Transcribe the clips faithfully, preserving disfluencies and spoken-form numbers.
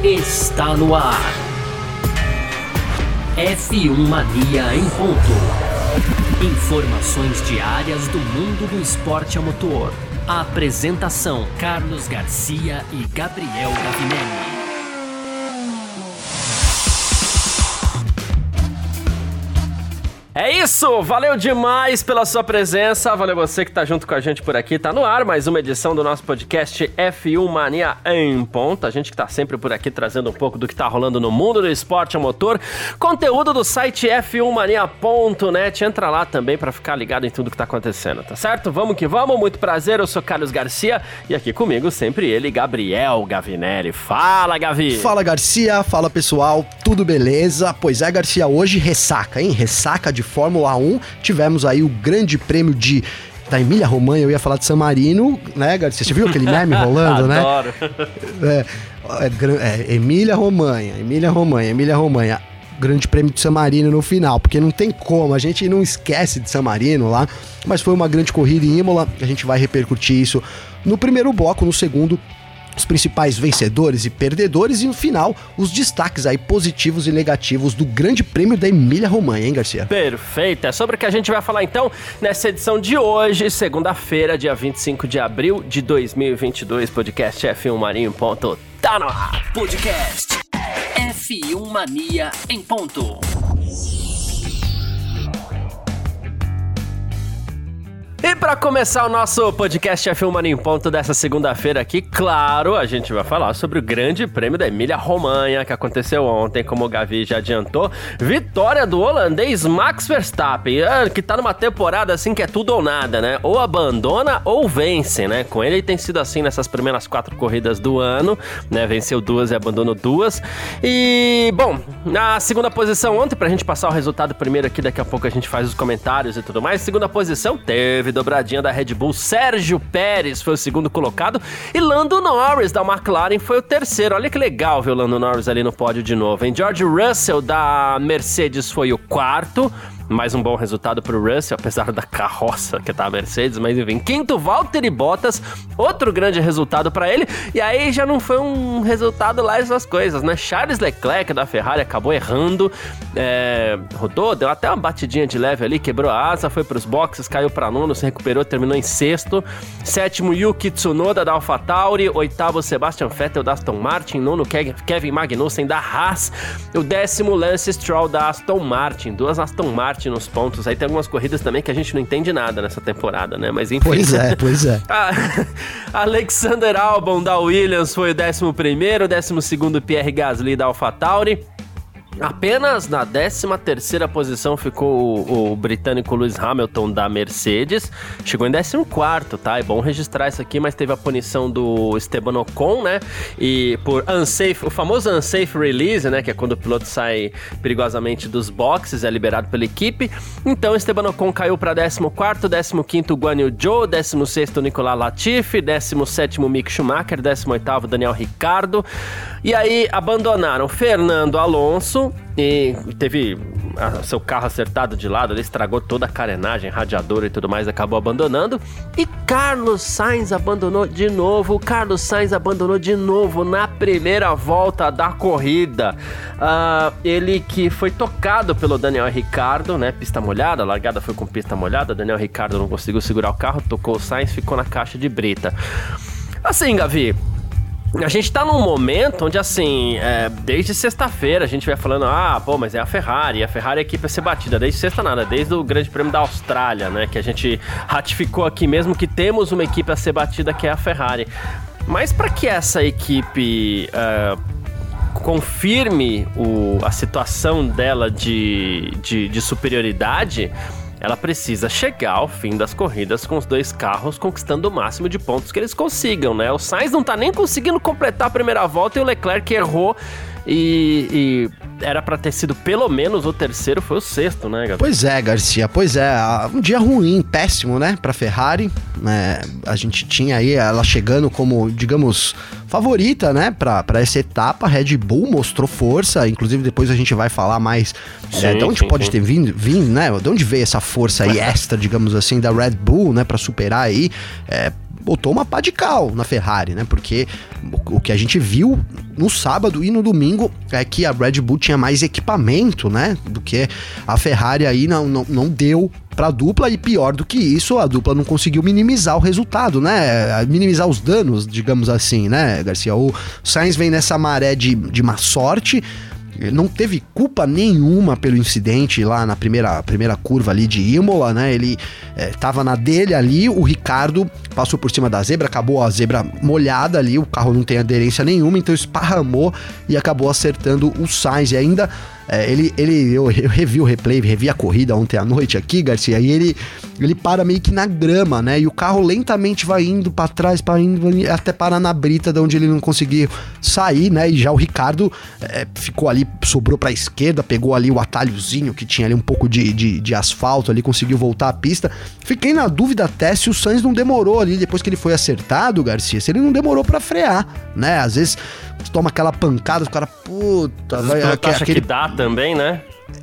está no ar. F um Mania em ponto. Informações diárias do mundo do esporte a motor. A apresentação: Carlos Garcia e Gabriel Gavinelli. É isso, valeu demais pela sua presença, valeu você que tá junto com a gente por aqui, tá no ar mais uma edição do nosso podcast F um Mania em ponto, a gente que tá sempre por aqui trazendo um pouco do que tá rolando no mundo do esporte a motor, conteúdo do site F um Mania ponto net, entra lá também pra ficar ligado em tudo que tá acontecendo, tá certo? Vamos que vamos, muito prazer, eu sou Carlos Garcia e aqui comigo sempre ele, Gabriel Gavinelli. Fala, Gavi! Fala, Garcia, fala pessoal, tudo beleza? Pois é, Garcia, hoje ressaca, hein? Ressaca de Fórmula um, tivemos aí o grande prêmio de da Emília-Romanha, eu ia falar de San Marino, né, Garcia? Você viu aquele meme rolando, né? Adoro! É, é, é, Emília-Romanha, Emília-Romanha, Emília-Romanha, grande prêmio de San Marino no final, porque não tem como, a gente não esquece de San Marino lá, mas foi uma grande corrida em Imola, a gente vai repercutir isso no primeiro bloco, no segundo, os principais vencedores e perdedores e no final, os destaques aí positivos e negativos do grande prêmio da Emília-Romanha, hein, Garcia? Perfeito, é sobre o que a gente vai falar então nessa edição de hoje, segunda-feira, dia vinte e cinco de abril de dois mil e vinte e dois, podcast F um Mania em ponto, tá no ar. Podcast F um Mania em ponto. E para começar o nosso podcast F um Mania em ponto dessa segunda-feira aqui, claro, a gente vai falar sobre o grande prêmio da Emília-Romanha que aconteceu ontem, como o Gavi já adiantou. Vitória do holandês Max Verstappen, que tá numa temporada assim que é tudo ou nada, né? Ou abandona ou vence, né? Com ele tem sido assim nessas primeiras quatro corridas do ano, né? Venceu duas e abandonou duas. E, bom, na segunda posição ontem, pra gente passar o resultado primeiro aqui, daqui a pouco a gente faz os comentários e tudo mais. Segunda posição teve dobradinha da Red Bull, Sérgio Pérez foi o segundo colocado e Lando Norris da McLaren foi o terceiro. Olha que legal ver o Lando Norris ali no pódio de novo, hein? George Russell da Mercedes foi o quarto, mais um bom resultado pro Russell, apesar da carroça que tá a Mercedes, mas enfim. Quinto, Valtteri Bottas, outro grande resultado pra ele, e aí já não foi um resultado lá essas coisas, né? Charles Leclerc da Ferrari acabou errando, é, rodou, deu até uma batidinha de leve ali, quebrou a asa, foi pros boxes, caiu pra nono, se recuperou, terminou em sexto. Sétimo, Yuki Tsunoda da AlphaTauri. Oitavo, Sebastian Vettel da Aston Martin. Nono, Kevin Magnussen da Haas. O décimo, Lance Stroll da Aston Martin. Duas Aston Martin nos pontos. Aí tem algumas corridas também que a gente não entende nada nessa temporada, né? Mas enfim. Pois é, pois é. Alexander Albon da Williams foi o décimo primeiro. Décimo segundo, Pierre Gasly da AlphaTauri. Apenas na décima terceira posição ficou o, o britânico Lewis Hamilton da Mercedes, chegou em décimo quarto, tá? É bom registrar isso aqui, mas teve a punição do Esteban Ocon, né? E por unsafe, o famoso unsafe release, né? Que é quando o piloto sai perigosamente dos boxes, é liberado pela equipe. Então Esteban Ocon caiu para décimo quarto, décimo quinto Guan Yu Zhou, décimo sexto Nicolas Latifi, décimo sétimo Mick Schumacher, décimo oitavo Daniel Ricciardo. E aí abandonaram Fernando Alonso, e teve a, seu carro acertado de lado, ele estragou toda a carenagem, radiador e tudo mais, acabou abandonando. E Carlos Sainz abandonou de novo, Carlos Sainz abandonou de novo na primeira volta da corrida. Uh, ele que foi tocado pelo Daniel Ricciardo, né, pista molhada, a largada foi com pista molhada, Daniel Ricciardo não conseguiu segurar o carro, tocou o Sainz, ficou na caixa de brita. Assim, Gavi, a gente tá num momento onde, assim, é, desde sexta-feira a gente vai falando, ah, pô, mas é a Ferrari, a Ferrari é a equipe a ser batida, desde sexta nada, desde o Grande Prêmio da Austrália, né, que a gente ratificou aqui mesmo que temos uma equipe a ser batida que é a Ferrari. Mas para que essa equipe uh, confirme o, a situação dela de, de, de superioridade, ela precisa chegar ao fim das corridas com os dois carros conquistando o máximo de pontos que eles consigam, né? O Sainz não tá nem conseguindo completar a primeira volta e o Leclerc errou e, e era pra ter sido pelo menos o terceiro, foi o sexto, né, Gabriel? Pois é, Garcia, pois é, um dia ruim, péssimo, né, pra Ferrari, né, a gente tinha aí ela chegando como, digamos, favorita, né, pra, pra essa etapa. Red Bull mostrou força, inclusive depois a gente vai falar mais sim, é, de onde sim, pode sim. ter vindo, vindo, né, de onde veio essa força aí extra, digamos assim, da Red Bull, né, pra superar aí, é, botou uma pá de cal na Ferrari, né? Porque o que a gente viu no sábado e no domingo é que a Red Bull tinha mais equipamento, né? Do que a Ferrari aí não, não, não deu pra dupla, e pior do que isso, a dupla não conseguiu minimizar o resultado, né? Minimizar os danos, digamos assim, né, Garcia? O Sainz vem nessa maré de, de má sorte, não teve culpa nenhuma pelo incidente lá na primeira, primeira curva ali de Imola, né? Ele é, tava na dele ali, o Ricardo passou por cima da zebra, acabou a zebra molhada ali, o carro não tem aderência nenhuma, então esparramou e acabou acertando o Sainz. E ainda é, ele, ele eu, eu revi o replay, revi a corrida ontem à noite aqui, Garcia, e ele, ele para meio que na grama, né? E o carro lentamente vai indo para trás, para indo, até parar na brita, de onde ele não conseguiu sair, né? E já o Ricardo é, ficou ali, sobrou para a esquerda, pegou ali o atalhozinho que tinha ali um pouco de, de, de asfalto ali, conseguiu voltar à pista. Fiquei na dúvida até se o Sainz não demorou ali, depois que ele foi acertado, Garcia, se ele não demorou para frear, né? Às vezes toma aquela pancada, o cara, puta, vai, aquele, acha aquele... que dá também, né?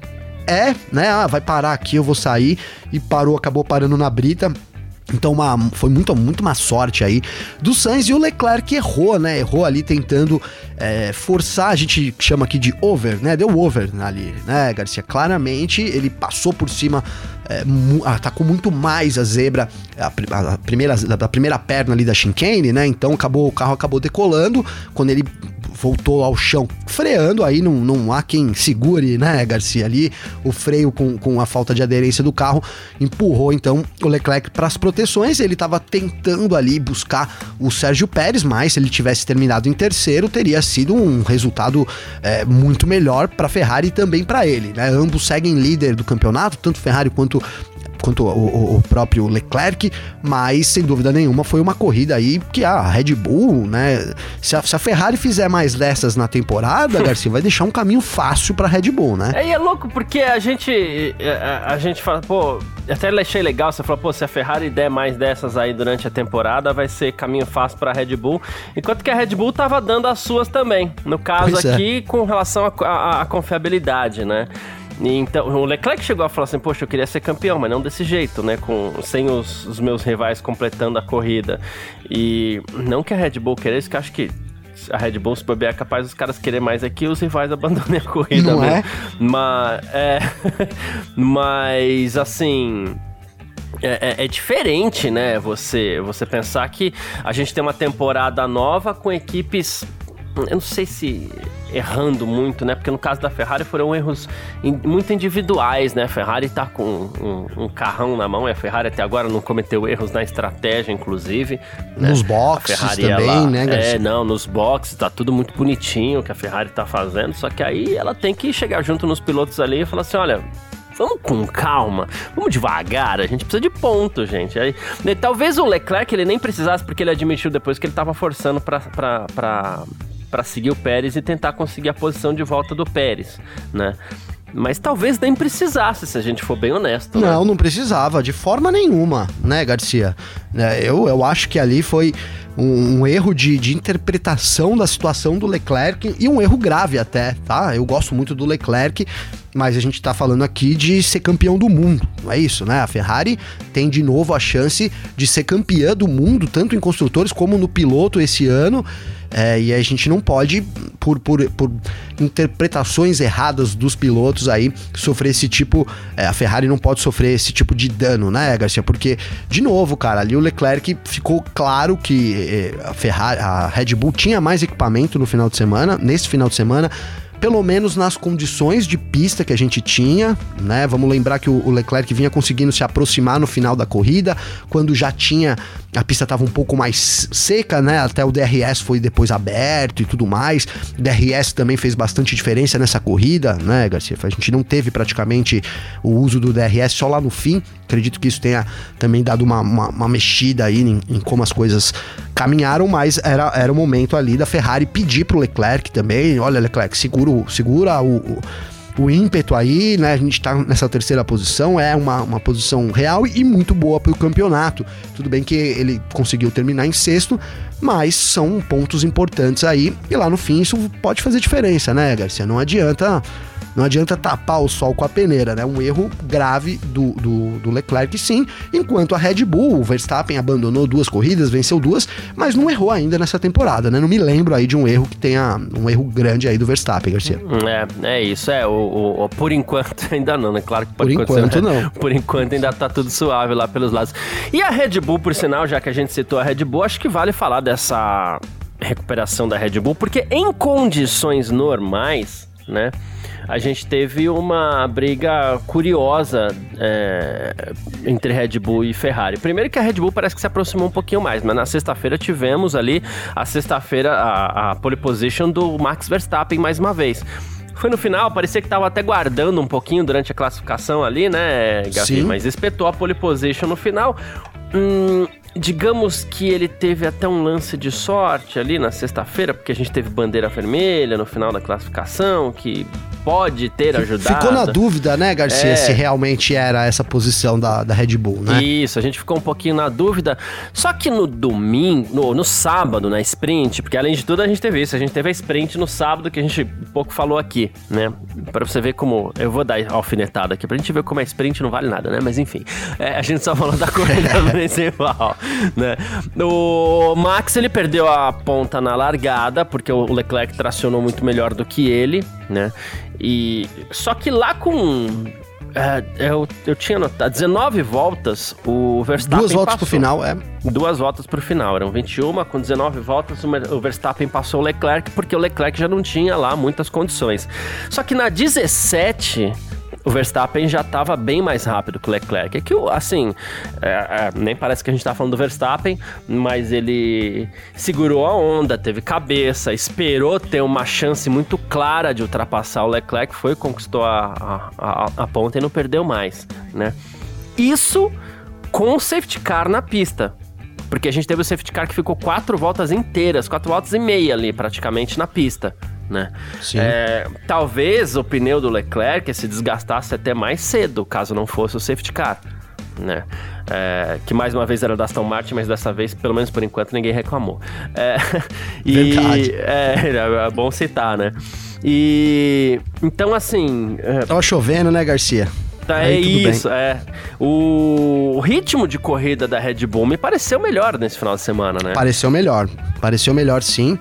É, né? Ah, vai parar aqui, eu vou sair. E parou, acabou parando na brita. Então uma, foi muito, muito uma sorte aí do Sainz. E o Leclerc errou, né? Errou ali tentando é, forçar, a gente chama aqui de over, né? Deu over ali, né, Garcia? Claramente ele passou por cima, é, atacou muito mais a zebra, a, a primeira, da primeira perna ali da chicane, né? Então acabou, o carro acabou decolando. Quando ele voltou ao chão, freando, aí não, não há quem segure, né, Garcia, ali o freio com, com a falta de aderência do carro, empurrou então o Leclerc para as proteções. Ele estava tentando ali buscar o Sérgio Pérez, mas se ele tivesse terminado em terceiro, teria sido um resultado é, muito melhor para a Ferrari e também para ele, né? Ambos seguem líder do campeonato, tanto Ferrari quanto quanto o, o próprio Leclerc, mas sem dúvida nenhuma foi uma corrida aí que a Red Bull, né, se a, se a Ferrari fizer mais dessas na temporada, Garcia, vai deixar um caminho fácil pra Red Bull, né? É, e é louco porque a gente a, a gente fala, pô, até achei legal, você falou, pô, se a Ferrari der mais dessas aí durante a temporada, vai ser caminho fácil pra Red Bull, enquanto que a Red Bull tava dando as suas também, no caso pois aqui, é. Com relação à confiabilidade, né? Então, o Leclerc chegou a falar assim, poxa, eu queria ser campeão, mas não desse jeito, né, com, sem os, os meus rivais completando a corrida. E não que a Red Bull queira isso, que eu acho que a Red Bull, se bobear, é capaz dos caras querer mais aqui, os rivais abandonem a corrida não mesmo. É? Mas, é, mas, assim... É, é, é diferente, né, você, você pensar que a gente tem uma temporada nova com equipes... Eu não sei se errando muito, né? Porque no caso da Ferrari foram erros in, muito individuais, né? A Ferrari tá com um, um carrão na mão e a Ferrari até agora não cometeu erros na estratégia, inclusive. Né? Nos boxes Ferrari, também, ela, né, Garcia? É, não, nos boxes tá tudo muito bonitinho que a Ferrari tá fazendo, só que aí ela tem que chegar junto nos pilotos ali e falar assim, olha... Vamos com calma, vamos devagar, a gente precisa de ponto, gente. Aí, né, talvez o Leclerc ele nem precisasse, porque ele admitiu depois que ele tava forçando pra... pra, pra para seguir o Pérez e tentar conseguir a posição de volta do Pérez, né? Mas talvez nem precisasse, se a gente for bem honesto. Não, né? não precisava, de forma nenhuma, né, Garcia? Eu, eu acho que ali foi um, um erro de, de interpretação da situação do Leclerc e um erro grave até, tá? Eu gosto muito do Leclerc, mas a gente tá falando aqui de ser campeão do mundo, não é isso, né? A Ferrari tem de novo a chance de ser campeã do mundo, tanto em construtores como no piloto esse ano. É, e a gente não pode, por, por, por interpretações erradas dos pilotos aí, sofrer esse tipo... É, a Ferrari não pode sofrer esse tipo de dano, né, Garcia? Porque, de novo, cara, ali o Leclerc ficou claro que é, a, Ferrari, a Red Bull tinha mais equipamento no final de semana, nesse final de semana, pelo menos nas condições de pista que a gente tinha, né? Vamos lembrar que o Leclerc vinha conseguindo se aproximar no final da corrida, quando já tinha... A pista estava um pouco mais seca, né? Até o D R S foi depois aberto e tudo mais. O D R S também fez bastante diferença nessa corrida, né, Garcia? A gente não teve praticamente o uso do D R S só lá no fim. Acredito que isso tenha também dado uma, uma, uma mexida aí em, em como as coisas caminharam, mas era, era o momento ali da Ferrari pedir pro Leclerc também, olha, Leclerc, segura, segura o, o, o ímpeto aí, né, a gente tá nessa terceira posição, é uma, uma posição real e muito boa pro campeonato, tudo bem que ele conseguiu terminar em sexto, mas são pontos importantes aí, e lá no fim isso pode fazer diferença, né, Garcia, não adianta não adianta tapar o sol com a peneira, né? Um erro grave do, do, do Leclerc, sim, enquanto a Red Bull, o Verstappen abandonou duas corridas, venceu duas, mas não errou ainda nessa temporada, né? Não me lembro aí de um erro que tenha, um erro grande aí do Verstappen, Garcia. É, é isso, é, o, o, por enquanto ainda não, né? Claro que pode Por enquanto não. Por enquanto ainda tá tudo suave lá pelos lados. E a Red Bull, por sinal, já que a gente citou a Red Bull, acho que vale falar dessa recuperação da Red Bull, porque em condições normais, né, a gente teve uma briga curiosa é, entre Red Bull e Ferrari. Primeiro que a Red Bull parece que se aproximou um pouquinho mais, mas na sexta-feira tivemos ali, a sexta-feira, a, a pole position do Max Verstappen mais uma vez. Foi no final, parecia que tava até guardando um pouquinho durante a classificação ali, né, Gavi? Sim. Mas espetou a pole position no final. Hum... Digamos que ele teve até um lance de sorte ali na sexta-feira, porque a gente teve bandeira vermelha no final da classificação, que pode ter ajudado. Ficou na dúvida, né, Garcia, é. se realmente era essa posição da, da Red Bull, né? Isso, a gente ficou um pouquinho na dúvida. Só que no domingo, no, no sábado, na sprint, porque além de tudo a gente teve isso, a gente teve a sprint no sábado, que a gente um pouco falou aqui, né? Pra você ver como... Eu vou dar alfinetada aqui, pra gente ver como a sprint não vale nada, né? Mas enfim, é, a gente só falou da corrida principal. Né? O Max, ele perdeu a ponta na largada, porque o Leclerc tracionou muito melhor do que ele, né? E só que lá com é, eu, eu tinha notado dezenove voltas, o Verstappen duas voltas passou. pro final, é Duas voltas pro final, eram vinte e uma, com dezenove voltas o Verstappen passou o Leclerc, porque o Leclerc já não tinha lá muitas condições. Só que na dezessete o Verstappen já estava bem mais rápido que o Leclerc. É que, assim, é, é, nem parece que a gente tá falando do Verstappen, mas ele segurou a onda, teve cabeça, esperou ter uma chance muito clara de ultrapassar o Leclerc, foi, conquistou a, a, a, a ponta e não perdeu mais, né? Isso com o safety car na pista. Porque a gente teve o safety car que ficou quatro voltas inteiras, quatro voltas e meia ali, praticamente, na pista, né? Sim. É, talvez o pneu do Leclerc se desgastasse até mais cedo, caso não fosse o safety car, né? É, que mais uma vez era da Aston Martin, mas dessa vez, pelo menos por enquanto, ninguém reclamou. É, e, Verdade. É, é bom citar, né? E então, assim... É, tava chovendo, né, Garcia? Tá, é isso, bem. é. O ritmo de corrida da Red Bull me pareceu melhor nesse final de semana, né? Pareceu melhor, pareceu melhor sim.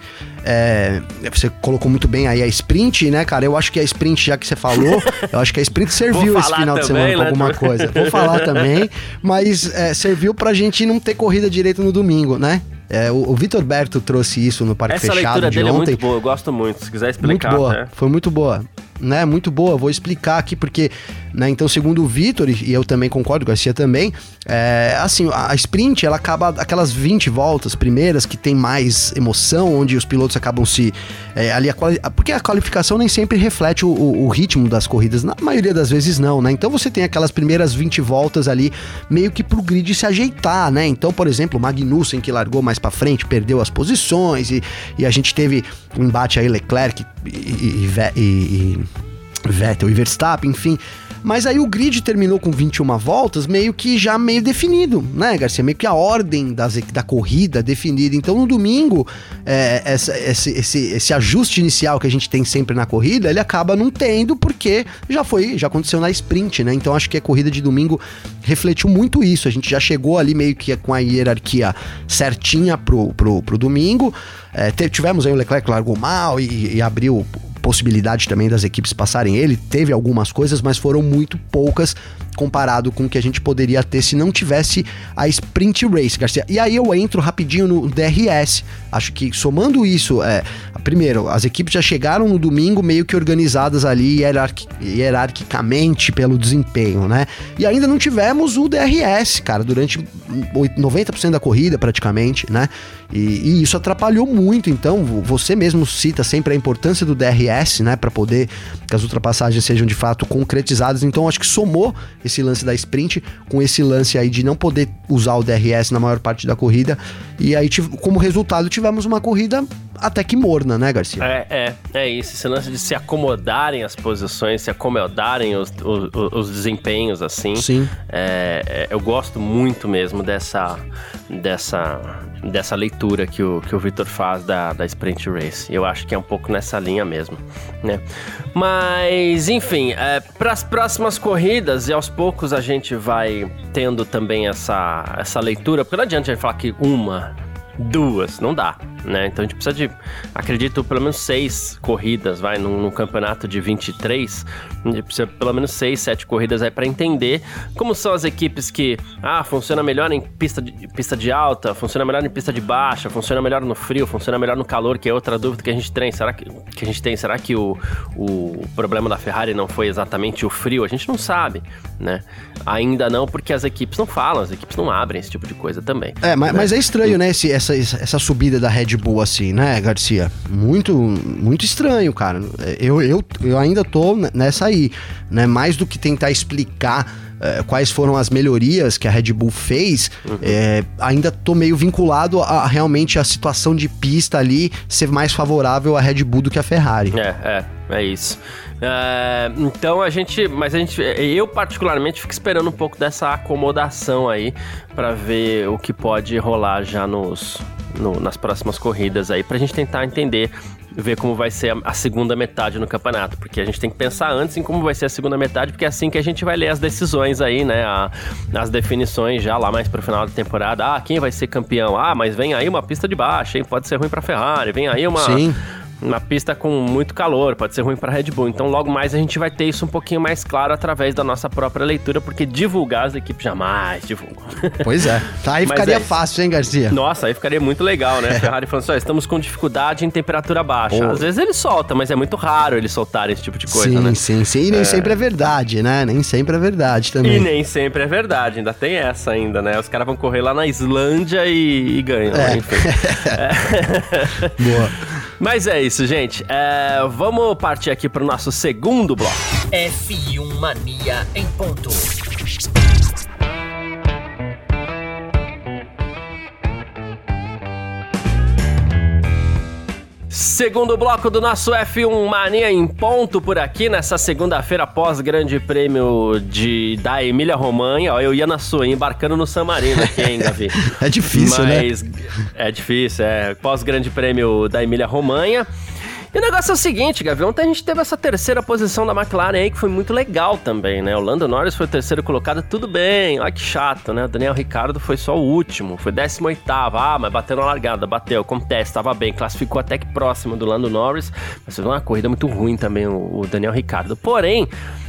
É, você colocou muito bem aí a sprint, né, cara? Eu acho que a sprint, já que você falou, eu acho que a sprint serviu esse final também, de semana, né, pra alguma coisa. Vou falar também, mas é, serviu pra gente não ter corrida direito no domingo, né? É, o, o Vitor Berto trouxe isso no Parque Essa Fechado de ontem. Essa leitura dele é muito boa, eu gosto muito, se quiser explicar. Muito boa, né? Foi muito boa. Né, muito boa, vou explicar aqui porque, né, então segundo o Vitor, e eu também concordo, Garcia também, é, assim, a sprint, ela acaba, aquelas vinte voltas primeiras que tem mais emoção, onde os pilotos acabam se, é, ali a quali- porque a qualificação nem sempre reflete o, o, o ritmo das corridas, na maioria das vezes não, né, então você tem aquelas primeiras vinte voltas ali, meio que pro grid se ajeitar, né, então, por exemplo, o Magnussen que largou mais pra frente, perdeu as posições, e, e a gente teve um embate aí, Leclerc e, e, e, e Vettel e Verstappen, enfim. Mas aí o grid terminou com vinte e uma voltas, meio que já meio definido, né, Garcia? Meio que a ordem das, da corrida definida. Então no domingo, é, essa, esse, esse, esse ajuste inicial que a gente tem sempre na corrida, ele acaba não tendo, porque já foi, já aconteceu na sprint, né? Então acho que a corrida de domingo refletiu muito isso. A gente já chegou ali meio que com a hierarquia certinha pro, pro, pro domingo. É, tivemos aí o Leclerc que largou mal e, e abriu possibilidade também das equipes passarem ele, teve algumas coisas, mas foram muito poucas comparado com o que a gente poderia ter se não tivesse a Sprint Race, Garcia. E aí eu entro rapidinho no D R S, acho que somando isso, é, primeiro, as equipes já chegaram no domingo meio que organizadas ali hierarqui- hierarquicamente pelo desempenho, né? E ainda não tivemos o D R S, cara, durante noventa por cento da corrida praticamente, né? E, e isso atrapalhou muito, então você mesmo cita sempre a importância do D R S, né, para poder que as ultrapassagens sejam de fato concretizadas. Então acho que somou esse lance da sprint com esse lance aí de não poder usar o D R S na maior parte da corrida, e aí como resultado tivemos uma corrida até que morna, né, Garcia? É, é, é isso, esse lance de se acomodarem as posições, se acomodarem os, os, os desempenhos, assim. Sim. É, é, eu gosto muito mesmo dessa, dessa, dessa leitura leitura que o, que o Vitor faz da, da Sprint Race. Eu acho que é um pouco nessa linha mesmo, né? Mas, enfim, é, para as próximas corridas, e aos poucos a gente vai tendo também essa, essa leitura, porque não adianta a gente falar que uma, duas, não dá, né? Então a gente precisa de, acredito, pelo menos seis corridas, vai, num, num campeonato de vinte e três, a gente precisa de pelo menos seis, sete corridas aí para entender como são as equipes que, ah, funciona melhor em pista de, pista de alta, funciona melhor em pista de baixa, funciona melhor no frio, funciona melhor no calor, que é outra dúvida que a gente tem. Será que, que a gente tem, será que o, o problema da Ferrari não foi exatamente o frio? A gente não sabe, né? Ainda não, porque as equipes não falam, as equipes não abrem esse tipo de coisa também. É, mas, né? mas é estranho, né, esse, essa, essa subida da Red Bull assim, né, Garcia? Muito, muito estranho, cara. Eu, eu, eu ainda tô nessa aí, né? Mais do que tentar explicar é, quais foram as melhorias que a Red Bull fez, uhum. é, ainda tô meio vinculado a, a realmente a situação de pista ali ser mais favorável à Red Bull do que a Ferrari. É, é, é isso. É, então a gente, mas a gente, eu particularmente fico esperando um pouco dessa acomodação aí para ver o que pode rolar já nos, no, nas próximas corridas aí, pra gente tentar entender, ver como vai ser a, a segunda metade no campeonato, porque a gente tem que pensar antes em como vai ser a segunda metade, porque é assim que a gente vai ler as decisões aí, né, a, as definições já lá mais pro final da temporada. Ah, quem vai ser campeão? Ah, mas vem aí uma pista de baixa, hein? Pode ser ruim pra Ferrari, vem aí uma... Sim. Uma pista com muito calor, pode ser ruim para Red Bull. Então logo mais a gente vai ter isso um pouquinho mais claro através da nossa própria leitura, porque divulgar as equipes jamais divulgam. Pois é. Tá, aí ficaria é... fácil, hein, Garcia? Nossa, aí ficaria muito legal, né? A Ferrari falando assim, ó, estamos com dificuldade em temperatura baixa. Oh. Às vezes ele solta, mas é muito raro eles soltarem esse tipo de coisa, sim, né? Sim, sim, sim. E nem é... sempre é verdade, né? Nem sempre é verdade também. E nem sempre é verdade, ainda tem essa ainda, né? Os caras vão correr lá na Islândia e, e ganham, é. Enfim. é. Boa. Mas é isso, gente. É, vamos partir aqui para o nosso segundo bloco. F um Mania em ponto. Segundo bloco do nosso F um Mania em ponto por aqui, nessa segunda-feira após Grande Prêmio de, da Emília-Romanha. Ó, eu ia na sua, embarcando no San Marino aqui, hein, Gavi? É difícil, Mas, né? É difícil, é. Pós Grande Prêmio da Emília-Romanha. E o negócio é o seguinte, Gavi, ontem a gente teve essa terceira posição da McLaren aí, que foi muito legal também, né? O Lando Norris foi o terceiro colocado, tudo bem, olha que chato, né? O Daniel Ricciardo foi só o último, foi décimo oitavo, ah, mas bateu na largada, bateu, acontece, tava bem, classificou até que próximo do Lando Norris, mas foi uma corrida muito ruim também o, o Daniel Ricciardo. Porém,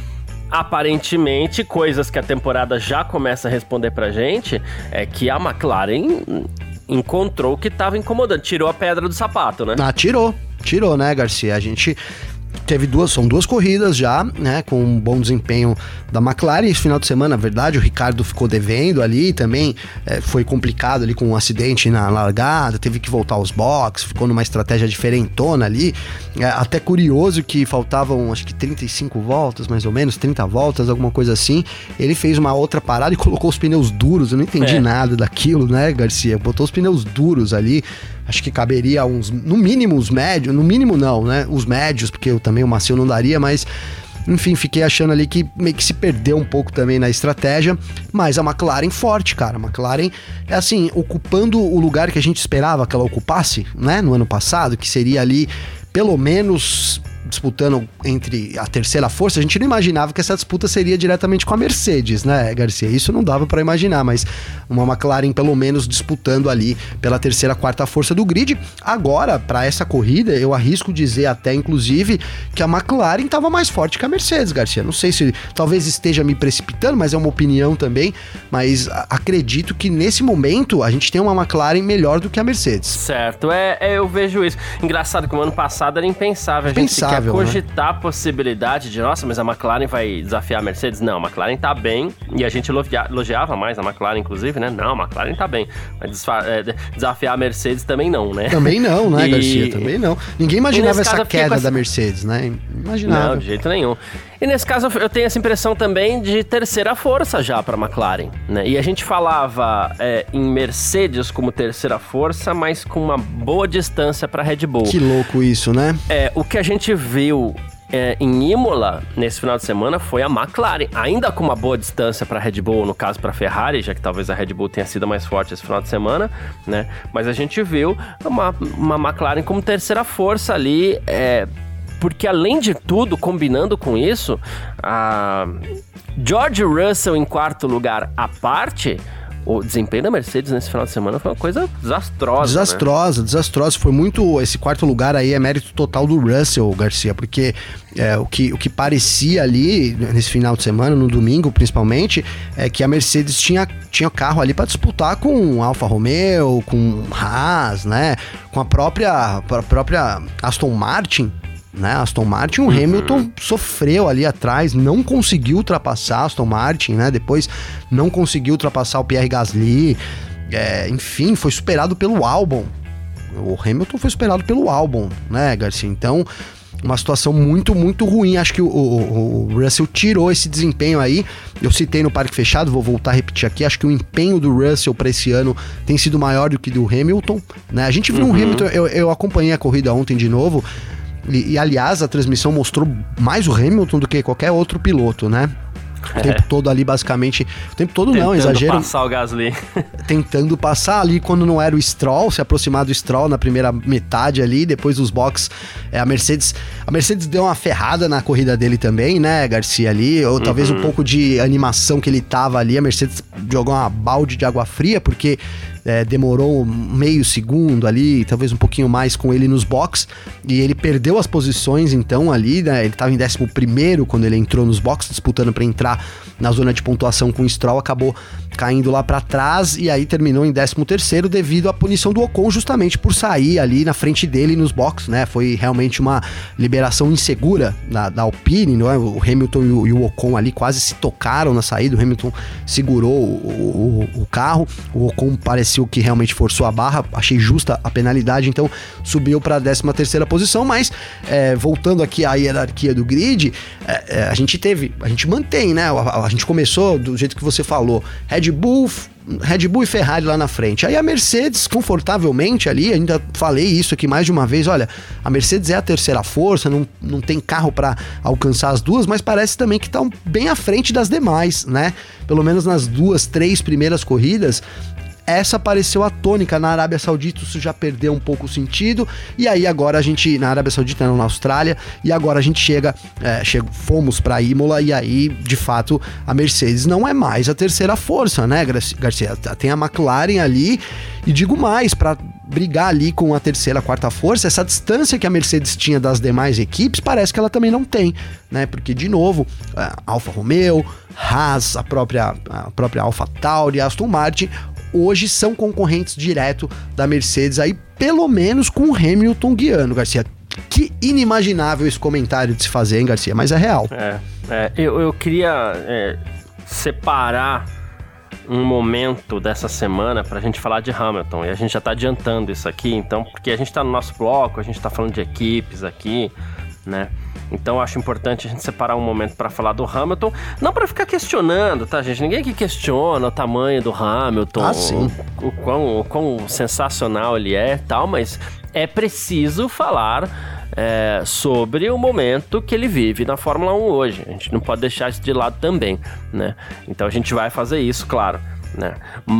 aparentemente, coisas que a temporada já começa a responder pra gente, é que a McLaren encontrou o que tava incomodando, tirou a pedra do sapato, né? Ah, tirou. Tirou, né, Garcia? A gente teve duas, são duas corridas já, né, com um bom desempenho da McLaren. Esse final de semana, na verdade, o Ricardo ficou devendo ali também, é, foi complicado ali com um acidente na largada, teve que voltar aos boxes, ficou numa estratégia diferentona ali. É, até curioso que faltavam, acho que trinta e cinco voltas, mais ou menos, trinta voltas, alguma coisa assim. Ele fez uma outra parada e colocou os pneus duros, eu não entendi é. nada daquilo, né, Garcia? Botou os pneus duros ali. Acho que caberia uns, no mínimo os médios, no mínimo não, né? Os médios, porque eu também o macio não daria, mas enfim, fiquei achando ali que meio que se perdeu um pouco também na estratégia, mas a McLaren forte, cara. A McLaren é assim, ocupando o lugar que a gente esperava que ela ocupasse, né? No ano passado, que seria ali pelo menos disputando entre a terceira força. A gente não imaginava que essa disputa seria diretamente com a Mercedes, né, Garcia? Isso não dava para imaginar, mas uma McLaren pelo menos disputando ali pela terceira, quarta força do grid. Agora, para essa corrida, eu arrisco dizer até, inclusive, que a McLaren estava mais forte que a Mercedes, Garcia. Não sei se talvez esteja me precipitando, mas é uma opinião também, mas acredito que nesse momento a gente tem uma McLaren melhor do que a Mercedes. Certo, é, é eu vejo isso. Engraçado que o ano passado era impensável. A gente sequer cogitar, né, a possibilidade de, nossa, mas a McLaren vai desafiar a Mercedes. Não, a McLaren tá bem, e a gente elogia, elogiava mais a McLaren, inclusive, né? Não, a McLaren tá bem. Mas desfa- é, desafiar a Mercedes também não, né? Também não, né, e... Garcia? Também não. Ninguém imaginava essa queda essa... da Mercedes, né? Imaginava. Não, de jeito nenhum. E nesse caso eu tenho essa impressão também de terceira força já pra McLaren, né? E a gente falava é, em Mercedes como terceira força, mas com uma boa distância pra Red Bull. Que louco isso, né? É, o que a gente viu é, em Imola, nesse final de semana, foi a McLaren, ainda com uma boa distância para a Red Bull, no caso para a Ferrari, já que talvez a Red Bull tenha sido mais forte esse final de semana, né? Mas a gente viu uma, uma McLaren como terceira força ali, é, porque além de tudo, combinando com isso, a George Russell em quarto lugar à parte, o desempenho da Mercedes nesse final de semana foi uma coisa desastrosa. Desastrosa, né? desastrosa. Foi muito... Esse quarto lugar aí é mérito total do Russell, Garcia, porque é, o, que, o que parecia ali nesse final de semana, no domingo principalmente, é que a Mercedes tinha, tinha carro ali para disputar com Alfa Romeo, com Haas, né? Com a própria, a própria Aston Martin, né? Aston Martin, o uhum. Hamilton sofreu ali atrás, não conseguiu ultrapassar a Aston Martin, né? Depois não conseguiu ultrapassar o Pierre Gasly, é, enfim, foi superado pelo Albon. O Hamilton foi superado pelo Albon, né, Garcia? Então, uma situação muito, muito ruim. Acho que o, o, o Russell tirou esse desempenho aí. Eu citei no Parque Fechado, vou voltar a repetir aqui. Acho que o empenho do Russell para esse ano tem sido maior do que do Hamilton, né? A gente viu uhum. um Hamilton, eu, eu acompanhei a corrida ontem de novo. E, e, aliás, a transmissão mostrou mais o Hamilton do que qualquer outro piloto, né? O é. tempo todo ali, basicamente... O tempo todo tentando não, exagero. Tentando passar o Gasly. Tentando passar ali quando não era o Stroll, se aproximar do Stroll na primeira metade ali, depois dos boxes. É, a Mercedes a Mercedes deu uma ferrada na corrida dele também, né, Garcia, ali. Ou talvez uhum. um pouco de animação que ele tava ali. A Mercedes jogou uma balde de água fria, porque... É, demorou meio segundo ali, talvez um pouquinho mais com ele nos boxes, e ele perdeu as posições então ali, né? Ele estava em décimo primeiro quando ele entrou nos boxes, disputando para entrar na zona de pontuação com o Stroll, acabou caindo lá para trás e aí terminou em décimo terceiro devido à punição do Ocon, justamente por sair ali na frente dele nos boxes, né? Foi realmente uma liberação insegura da, da Alpine, não é? O Hamilton e o, e o Ocon ali quase se tocaram na saída, o Hamilton segurou o, o, o carro, o Ocon parecia o que realmente forçou a barra, achei justa a penalidade, então subiu para a décima terceira posição, mas é, voltando aqui à hierarquia do grid, é, é, a gente teve, a gente mantém, né, a, a gente começou do jeito que você falou, Red Bull, Red Bull e Ferrari lá na frente, aí a Mercedes confortavelmente ali, ainda falei isso aqui mais de uma vez, olha, a Mercedes é a terceira força, não, não tem carro para alcançar as duas, mas parece também que tá bem à frente das demais, né, pelo menos nas duas, três primeiras corridas. Essa pareceu a tônica. Na Arábia Saudita isso já perdeu um pouco o sentido, e aí agora a gente, na Arábia Saudita não, na Austrália, e agora a gente chega, é, chega fomos pra Imola, e aí de fato a Mercedes não é mais a terceira força, né, Garcia? Tem a McLaren ali, e digo mais, para brigar ali com a terceira, quarta força, essa distância que a Mercedes tinha das demais equipes, parece que ela também não tem, né, porque de novo, a Alfa Romeo, Haas, a própria, a própria Alfa Tauri, Aston Martin, hoje são concorrentes direto da Mercedes, aí pelo menos com o Hamilton guiando, Garcia. Que inimaginável esse comentário de se fazer, hein, Garcia? Mas é real. É, é eu, eu queria é, separar um momento dessa semana pra gente falar de Hamilton, e a gente já tá adiantando isso aqui, então, porque a gente tá no nosso bloco, a gente tá falando de equipes aqui, né? Então eu acho importante a gente separar um momento para falar do Hamilton, não para ficar questionando, tá, gente? Ninguém que questiona o tamanho do Hamilton, ah, sim. O, o, quão, o quão sensacional ele é, tal, mas é preciso falar é, sobre o momento que ele vive na Fórmula um hoje. A gente não pode deixar isso de lado também, né? Então a gente vai fazer isso, claro. Né?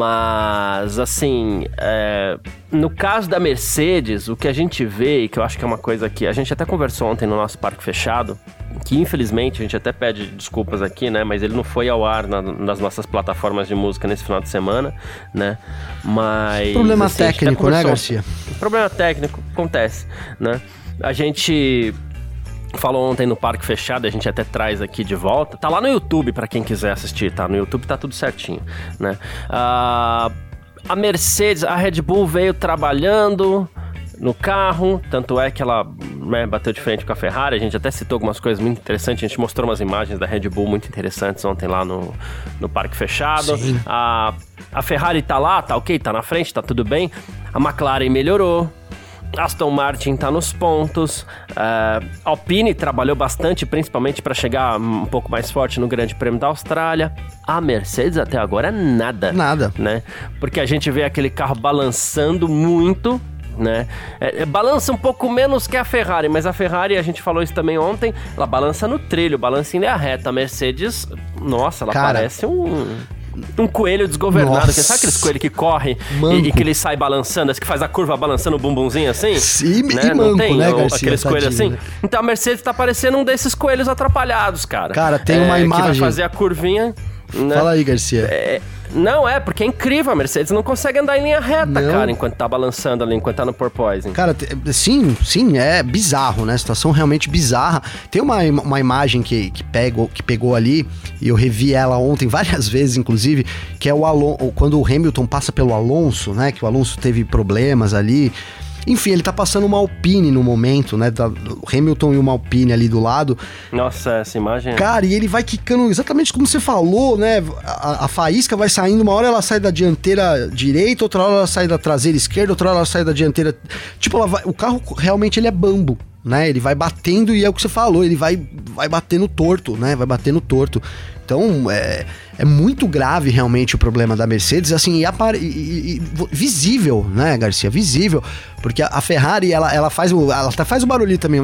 Mas, assim, é, no caso da Mercedes, o que a gente vê, e que eu acho que é uma coisa que a gente até conversou ontem no nosso Parque Fechado, que infelizmente a gente até pede desculpas aqui, né? Mas ele não foi ao ar na, nas nossas plataformas de música nesse final de semana, né? Mas... Problema assim, técnico, né, Garcia? Problema técnico, acontece, né? A gente... falou ontem no Parque Fechado, a gente até traz aqui de volta. Tá lá no YouTube pra quem quiser assistir, tá? No YouTube tá tudo certinho, né? Uh, a Mercedes, a Red Bull veio trabalhando no carro, tanto é que ela, né, bateu de frente com a Ferrari. A gente até citou algumas coisas muito interessantes, a gente mostrou umas imagens da Red Bull muito interessantes ontem lá no, no Parque Fechado. A, a Ferrari tá lá, tá ok, tá na frente, tá tudo bem. A McLaren melhorou. Aston Martin tá nos pontos, uh, Alpine trabalhou bastante, principalmente para chegar um pouco mais forte no Grande Prêmio da Austrália. A Mercedes até agora nada. Nada. Né? Porque a gente vê aquele carro balançando muito, né? É, é, balança um pouco menos que a Ferrari, mas a Ferrari, a gente falou isso também ontem, ela balança no trilho, balança em linha reta. A Mercedes, nossa, ela Cara, parece um... Um coelho desgovernado, que sabe aqueles coelhos que corre e, e que ele sai balançando, que faz a curva balançando o bumbumzinho assim? Sim, né? E manco, tem, né, Garcia? Aqueles tadinho, coelhos assim. Né? Então a Mercedes tá parecendo um desses coelhos atrapalhados, cara. Cara, tem é, uma imagem... Que vai fazer a curvinha... Né? Fala aí, Garcia. É... Não, é, porque é incrível, a Mercedes não consegue andar em linha reta, não. cara, enquanto tá balançando ali, enquanto tá no porpoising. Cara, sim, sim, é bizarro, né? Situação realmente bizarra. Tem uma, uma imagem que, que, pegou, que pegou ali, e eu revi ela ontem várias vezes, inclusive, que é o Alonso, quando o Hamilton passa pelo Alonso, né? Que o Alonso teve problemas ali. Enfim, ele tá passando uma Alpine no momento, né? Da, o Hamilton e uma Alpine ali do lado. Nossa, essa imagem... Cara, e ele vai quicando exatamente como você falou, né? A, a faísca vai saindo, uma hora ela sai da dianteira direita, outra hora ela sai da traseira esquerda, outra hora ela sai da dianteira... Tipo, ela vai, o carro realmente ele é bambo, né? Ele vai batendo e é o que você falou, ele vai, vai batendo torto, né? Vai batendo torto. Então, é, é muito grave realmente o problema da Mercedes, assim, e, apare, e, e visível, né, Garcia? Visível, porque a, a Ferrari, ela, ela, faz o, ela faz o barulhinho também,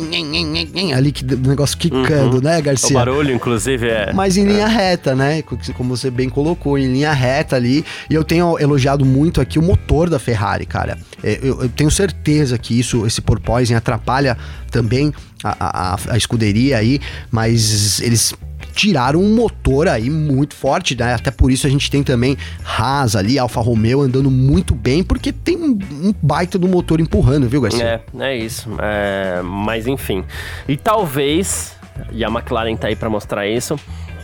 um ali, que o negócio quicando, uhum. né, Garcia? O barulho, inclusive, é... Mas em linha reta, né, como você bem colocou, em linha reta ali, e eu tenho elogiado muito aqui o motor da Ferrari, cara. Eu, eu tenho certeza que isso, esse porpoising atrapalha também a, a, a escuderia aí, mas eles... tiraram um motor aí muito forte, né? Até por isso a gente tem também Haas ali, Alfa Romeo andando muito bem, porque tem um, um baita do motor empurrando, viu, Garcia? É, é isso. É, mas enfim. E talvez, e a McLaren tá aí pra mostrar isso,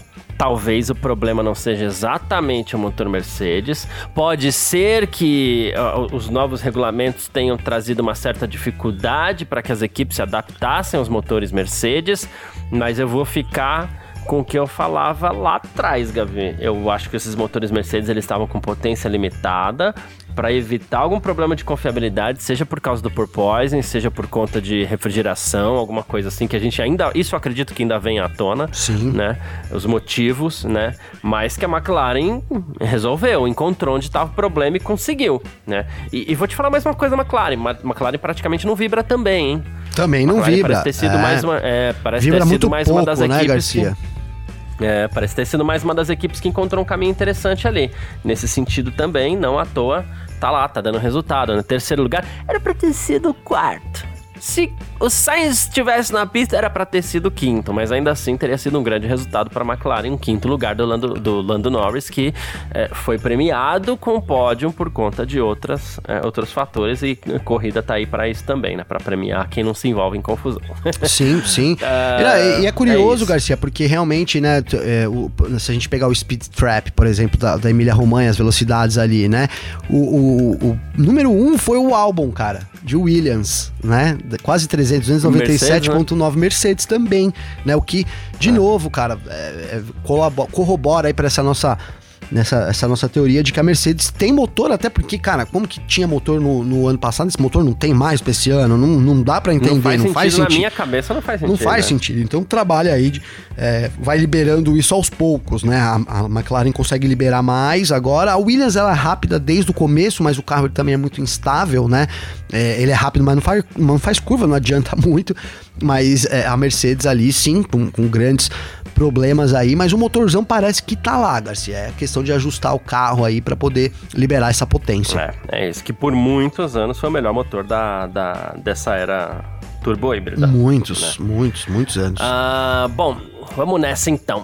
talvez o problema não seja exatamente o motor Mercedes. Pode ser que uh, os novos regulamentos tenham trazido uma certa dificuldade para que as equipes se adaptassem aos motores Mercedes, mas eu vou ficar com o que eu falava lá atrás, Gavi. Eu acho que esses motores Mercedes eles estavam com potência limitada para evitar algum problema de confiabilidade, seja por causa do porpoising, seja por conta de refrigeração, alguma coisa assim, que a gente ainda... Isso eu acredito que ainda vem à tona. Sim. Né? Os motivos, né? Mas que a McLaren resolveu, encontrou onde estava o problema e conseguiu, né? E, e vou te falar mais uma coisa da McLaren. A McLaren praticamente não vibra também, hein? Também não vibra. Parece ter sido é. mais uma... É, parece vibra ter sido muito mais pouco, uma das né, equipes Garcia? Que... É, parece ter sido mais uma das equipes que encontrou um caminho interessante ali. Nesse sentido também, não à toa, tá lá, tá dando resultado. No terceiro lugar, era pra ter sido o quarto. Se o Sainz estivesse na pista, era pra ter sido o quinto, mas ainda assim teria sido um grande resultado para a McLaren, um quinto lugar do Lando, do Lando Norris, que é, foi premiado com o pódio por conta de outras, é, outros fatores, e a corrida tá aí para isso também, né? Para premiar quem não se envolve em confusão. Sim, sim. Uh, e é curioso, é Garcia, porque realmente, né, é, o, se a gente pegar o Speed Trap, por exemplo, da, da Emília-Romanha, as velocidades ali, né? O, o, o número um foi o Albon, cara, de Williams, né? Quase trezentos, duzentos e noventa e sete ponto nove Mercedes, né? Mercedes também, né? O que, de é. novo, cara, é, é, corrobora aí para essa nossa, nessa, essa nossa teoria de que a Mercedes tem motor, até porque, cara, como que tinha motor no, no ano passado, esse motor não tem mais pra esse ano, não, não dá pra entender, não faz, não sentido, faz sentido. Na minha cabeça não faz sentido. Não faz né? sentido, então trabalha aí, de, é, vai liberando isso aos poucos, né? A, a McLaren consegue liberar mais agora, a Williams ela é rápida desde o começo, mas o carro ele também é muito instável, né? É, ele é rápido, mas não faz, não faz curva, não adianta muito, mas é, a Mercedes ali sim, com, com grandes problemas aí, mas o motorzão parece que tá lá, Garcia, é questão de ajustar o carro aí pra poder liberar essa potência. É, é isso, que por muitos anos foi o melhor motor da, da, dessa era turbo híbrida. Muitos, né? muitos, muitos anos. Ah, bom, vamos nessa então.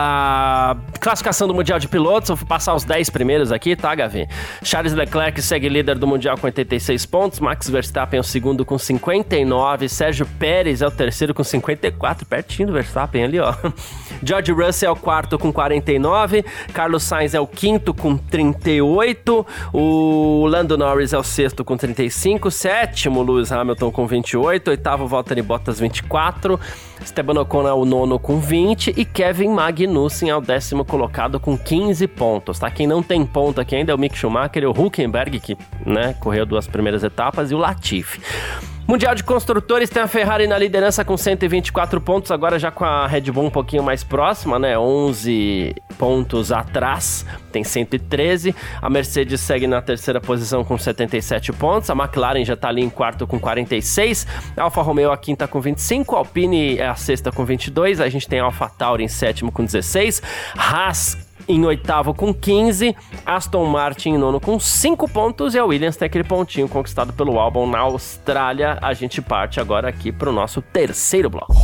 A classificação do Mundial de Pilotos, eu vou passar os dez primeiros aqui, tá, Gavi? Charles Leclerc segue líder do Mundial com oitenta e seis pontos, Max Verstappen é o segundo com cinquenta e nove, Sérgio Pérez é o terceiro com cinquenta e quatro, pertinho do Verstappen ali, ó. George Russell é o quarto com quarenta e nove, Carlos Sainz é o quinto com trinta e oito, o Lando Norris é o sexto com trinta e cinco, sétimo Lewis Hamilton com vinte e oito, oitavo Valtteri Bottas vinte e quatro, Esteban Ocon é o nono com vinte e Kevin Magnussen é o décimo colocado com quinze pontos, tá? Quem não tem ponto aqui ainda é o Mick Schumacher e o Hülkenberg, que, né, correu duas primeiras etapas, e o Latifi. Mundial de Construtores tem a Ferrari na liderança com cento e vinte e quatro pontos, agora já com a Red Bull um pouquinho mais próxima, né? onze pontos atrás, tem cento e treze. A Mercedes segue na terceira posição com setenta e sete pontos. A McLaren já tá ali em quarto com quarenta e seis. A Alfa Romeo a quinta com vinte e cinco. A Alpine é a sexta com vinte e dois. A gente tem a Alfa Tauri em sétimo com dezesseis. Haas em oitavo com quinze, Aston Martin em nono com cinco pontos e a Williams tem aquele pontinho conquistado pelo Albon na Austrália. A gente parte agora aqui para o nosso terceiro bloco.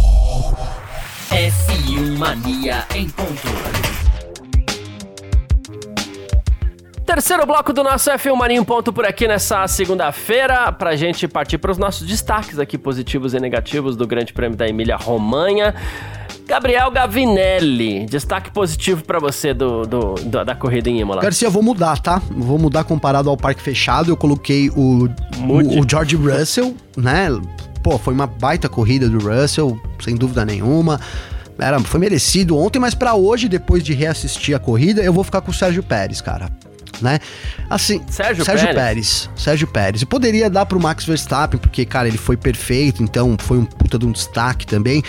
F um Mania em ponto. Terceiro bloco do nosso F um Mania em ponto por aqui nessa segunda-feira, pra gente partir para os nossos destaques aqui positivos e negativos do Grande Prêmio da Emília-Romanha. Gabriel Gavinelli, destaque positivo pra você do, do, do, da corrida em Imola. Garcia, eu vou mudar, tá? Vou mudar comparado ao parque fechado. Eu coloquei o, o, o George Russell, né? Pô, foi uma baita corrida do Russell, sem dúvida nenhuma. Era, foi merecido ontem, mas pra hoje, depois de reassistir a corrida, eu vou ficar com o Sérgio Pérez, cara. Né? Assim, Sérgio, Sérgio Pérez. Pérez. Sérgio Pérez. E poderia dar pro Max Verstappen, porque, cara, ele foi perfeito, então foi um puta de um destaque também.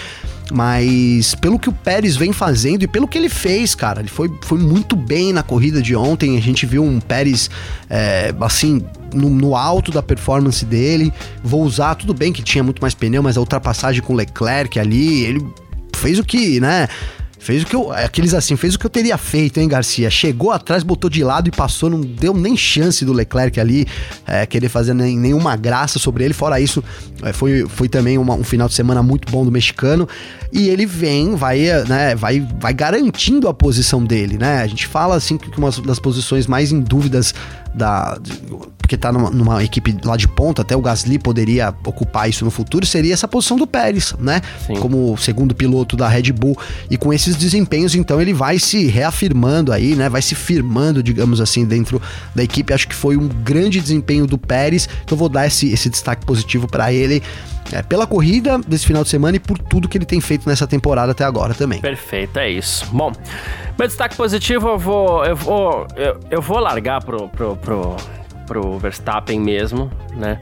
Mas pelo que o Pérez vem fazendo e pelo que ele fez, cara, ele foi, foi muito bem na corrida de ontem. A gente viu um Pérez, é, assim, no, no alto da performance dele. Vou usar, tudo bem que tinha muito mais pneu, mas a ultrapassagem com o Leclerc ali, ele fez o que, né? Fez o que eu, aqueles assim, fez o que eu teria feito, hein, Garcia? Chegou atrás, botou de lado e passou, não deu nem chance do Leclerc ali é, querer fazer nem, nenhuma graça sobre ele. Fora isso, é, foi, foi também uma, um final de semana muito bom do mexicano. E ele vem, vai, né, vai, vai garantindo a posição dele, né? A gente fala assim que uma das posições mais em dúvidas da... porque tá numa, numa equipe lá de ponta, até o Gasly poderia ocupar isso no futuro, seria essa posição do Pérez, né? Sim. Como segundo piloto da Red Bull, e com esses desempenhos, então ele vai se reafirmando aí, né? Vai se firmando, digamos assim, dentro da equipe. Acho que foi um grande desempenho do Pérez, então vou dar esse, esse destaque positivo para ele, é, pela corrida desse final de semana e por tudo que ele tem feito nessa temporada até agora também. Perfeito, é isso. Bom, meu destaque positivo eu vou eu vou, eu, eu vou largar pro, pro, pro, pro Verstappen mesmo, né?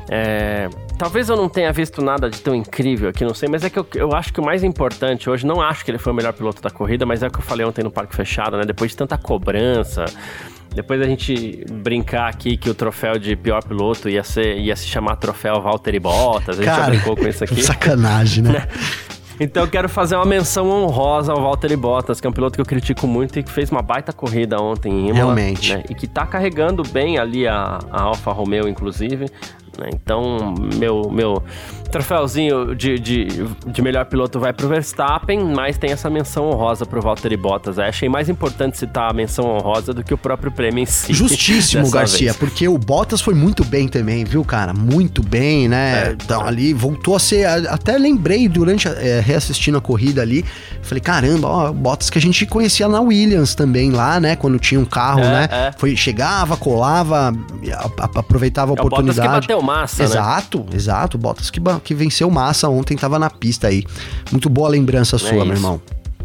É, talvez eu não tenha visto nada de tão incrível aqui, não sei, mas é que eu, eu acho que o mais importante hoje, não acho que ele foi o melhor piloto da corrida, mas é o que eu falei ontem no Parque Fechado, né? Depois de tanta cobrança, depois da gente brincar aqui que o troféu de pior piloto ia, ser, ia se chamar troféu Valtteri Bottas, a gente Cara, já brincou com isso aqui. Sacanagem, né? Então eu quero fazer uma menção honrosa ao Valtteri Bottas, que é um piloto que eu critico muito e que fez uma baita corrida ontem em Imola. Realmente. Né? E que tá carregando bem ali a, a Alfa Romeo, inclusive. Né? Então, meu, meu troféuzinho de, de, de melhor piloto vai pro Verstappen, mas tem essa menção honrosa pro Valtteri Bottas. Eu achei mais importante citar a menção honrosa do que o próprio prêmio em si. Justíssimo, Garcia, vez. Porque o Bottas foi muito bem também, viu, cara? Muito bem, né? É. Então, ali voltou a ser... Até lembrei durante, é, reassistindo a corrida ali, falei, caramba, ó, Bottas que a gente conhecia na Williams também lá, né? Quando tinha um carro, é, né? É. Foi, chegava, colava, aproveitava a é oportunidade. O Bottas que bateu Massa, exato, né? Exato, o Bottas que, que venceu Massa ontem, tava na pista aí. Muito boa lembrança sua, é meu irmão.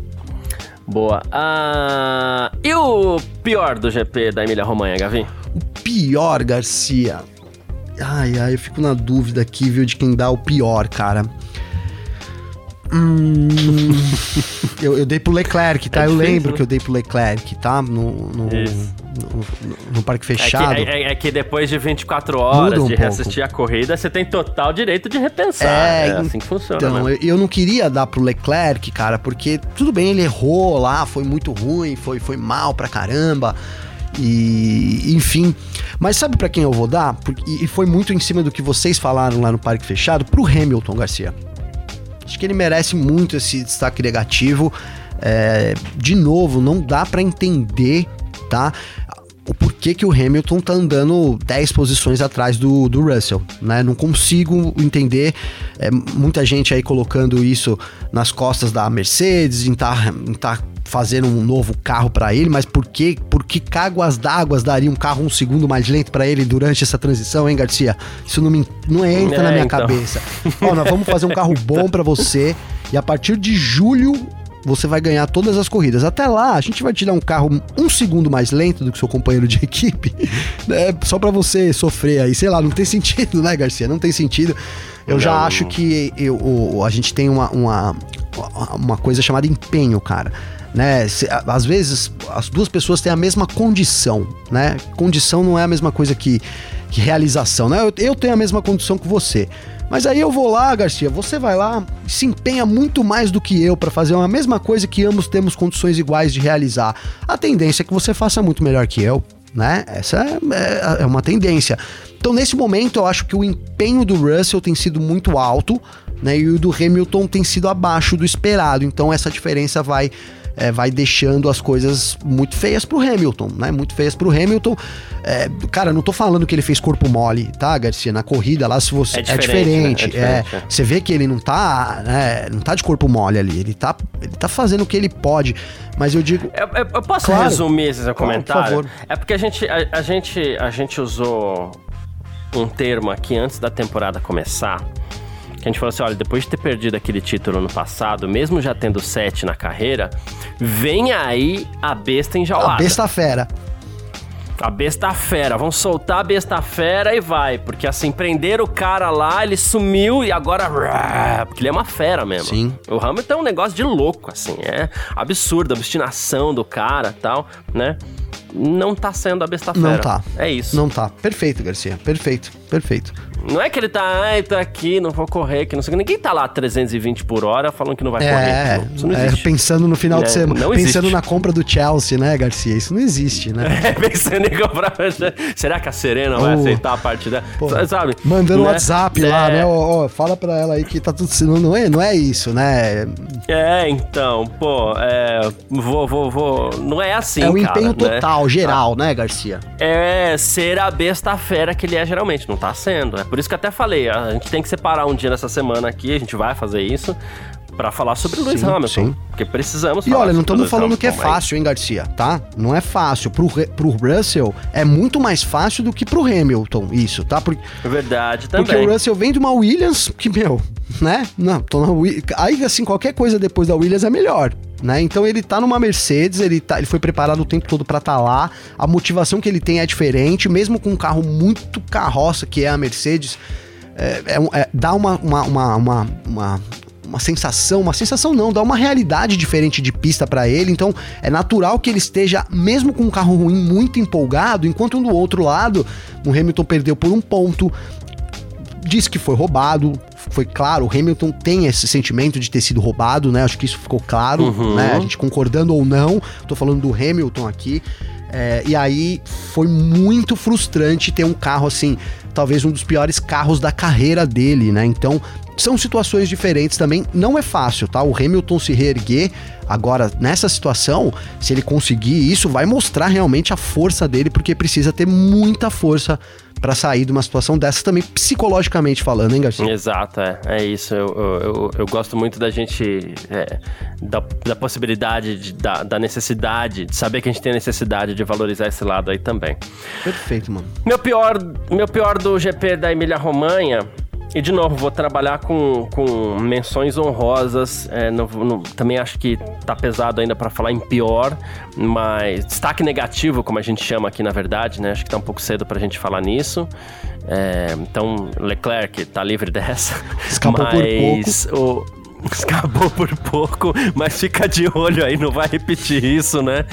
Boa. Ah, e o pior do G P da Emília-Romanha, Gavi? O pior, Garcia? Ai, ai, eu fico na dúvida aqui, viu, de quem dá o pior, cara. Hum, eu, eu dei pro Leclerc, tá? É difícil, eu lembro né? que eu dei pro Leclerc, tá? No, no, no, no parque fechado. É que, é, é que depois de vinte e quatro horas um de reassistir pouco. a corrida, você tem total direito de repensar. É, é assim que funciona. Então, eu, eu não queria dar pro Leclerc, cara, porque tudo bem, ele errou lá, foi muito ruim, foi, foi mal pra caramba. E, enfim, mas sabe pra quem eu vou dar? Porque, e foi muito em cima do que vocês falaram lá no parque fechado, pro Hamilton, Garcia. Acho que ele merece muito esse destaque negativo. É, de novo, não dá pra entender, tá? O porquê que o Hamilton tá andando dez posições atrás do, do Russell, né? Não consigo entender. É, muita gente aí colocando isso nas costas da Mercedes, em tá, em tá fazendo um novo carro pra ele, mas por que, por que cáguas d'águas daria um carro um segundo mais lento pra ele durante essa transição, hein, Garcia? Isso não, me, não entra é, na minha então. cabeça. Ó, nós vamos fazer um carro bom pra você e a partir de julho você vai ganhar todas as corridas. Até lá, a gente vai te dar um carro um segundo mais lento do que o seu companheiro de equipe, né? Só pra você sofrer aí, sei lá, não tem sentido, né, Garcia? Não tem sentido. Eu não. já acho que eu, o, a gente tem uma, uma, uma coisa chamada empenho, cara. Né? Se, às vezes as duas pessoas têm a mesma condição, né? Condição não é a mesma coisa que, que realização, né? Eu, eu tenho a mesma condição que você, mas aí eu vou lá, Garcia, você vai lá, se empenha muito mais do que eu para fazer uma mesma coisa que ambos temos condições iguais de realizar. A tendência é que você faça muito melhor que eu, né? Essa é, é, é uma tendência. Então, nesse momento, eu acho que o empenho do Russell tem sido muito alto, né? E o do Hamilton tem sido abaixo do esperado. Então, essa diferença vai... É, vai deixando as coisas muito feias pro Hamilton, né? Muito feias pro Hamilton. É, cara, não tô falando que ele fez corpo mole, tá, Garcia? Na corrida lá, se você... É diferente, é diferente. Né? É diferente. É, você vê que ele não tá, né? Não tá de corpo mole ali. Ele tá, ele tá fazendo o que ele pode. Mas eu digo... Eu, eu, eu posso claro, resumir esse seu comentário? Por favor. É porque a gente, a, a, gente, a gente usou um termo aqui antes da temporada começar, que a gente falou assim, olha, depois de ter perdido aquele título no passado, mesmo já tendo sete na carreira, vem aí a besta enjaulada. A besta fera. A besta fera, vamos soltar a besta fera e vai, porque assim, prenderam o cara lá, ele sumiu e agora, porque ele é uma fera mesmo. Sim. O Hamilton é um negócio de louco, assim, é absurdo, a obstinação do cara e tal, né? Não tá sendo a besta fera. Não tá. É isso. Não tá. Perfeito, Garcia. Perfeito. Perfeito. Não é que ele tá, ai, tô aqui, não vou correr, que não sei o que. Ninguém tá lá trezentos e vinte por hora falando que não vai é, correr. Não, isso não é, existe. Pensando no final é, de semana. Não pensando existe. na compra do Chelsea, né, Garcia? Isso não existe, né? É, pensando em comprar. Será que a Serena vai oh, aceitar a parte dela? Pô, sabe? Mandando né? WhatsApp é. lá, né? Oh, oh, fala pra ela aí que tá tudo... Não é, não é isso, né? É, então, pô, é... Vou, vou, vou... Não é assim, É o cara, empenho né? total, geral, né, Garcia? É ser a besta fera que ele é geralmente. Não tá sendo. É por isso que eu até falei, a gente tem que separar um dia nessa semana aqui, a gente vai fazer isso, pra falar sobre o Lewis sim, Hamilton. Sim. Porque precisamos e falar. E olha, não estamos falando Hamilton, que é fácil, hein, Garcia, tá? Não é fácil. Pro, pro Russell, é muito mais fácil do que pro Hamilton, isso, tá? Por, Verdade, também. Porque o Russell vem de uma Williams que, meu, né? Não, tô na aí, assim, qualquer coisa depois da Williams é melhor. Né? Então ele tá numa Mercedes, ele, tá, ele foi preparado o tempo todo pra estar tá lá, a motivação que ele tem é diferente, mesmo com um carro muito carroça que é a Mercedes, é, é, é, dá uma, uma, uma, uma, uma, uma sensação, uma sensação não, dá uma realidade diferente de pista pra ele, então é natural que ele esteja, mesmo com um carro ruim, muito empolgado, enquanto do outro lado, o Hamilton perdeu por um ponto, disse que foi roubado, foi claro, o Hamilton tem esse sentimento de ter sido roubado, né? Acho que isso ficou claro, uhum. né? A gente concordando ou não, tô falando do Hamilton aqui. É, e aí foi muito frustrante ter um carro assim, talvez um dos piores carros da carreira dele, né? Então, são situações diferentes também, não é fácil, tá? O Hamilton se reerguer agora nessa situação, se ele conseguir isso, vai mostrar realmente a força dele, porque precisa ter muita força pra sair de uma situação dessa também, psicologicamente falando, hein, Garcia? Exato, é, é isso. Eu, eu, eu, eu gosto muito da gente, é, da, da possibilidade, de, da, da necessidade, de saber que a gente tem a necessidade de valorizar esse lado aí também. Perfeito, mano. Meu pior, meu pior do G P da Emília-Romanha, e de novo, vou trabalhar com, com menções honrosas, é, no, no, também acho que tá pesado ainda pra falar em pior, mas destaque negativo, como a gente chama aqui na verdade, né? Acho que tá um pouco cedo pra gente falar nisso. É, então, Leclerc tá livre dessa. Escapou mas por pouco. O... Escapou por pouco, mas fica de olho aí, não vai repetir isso, né?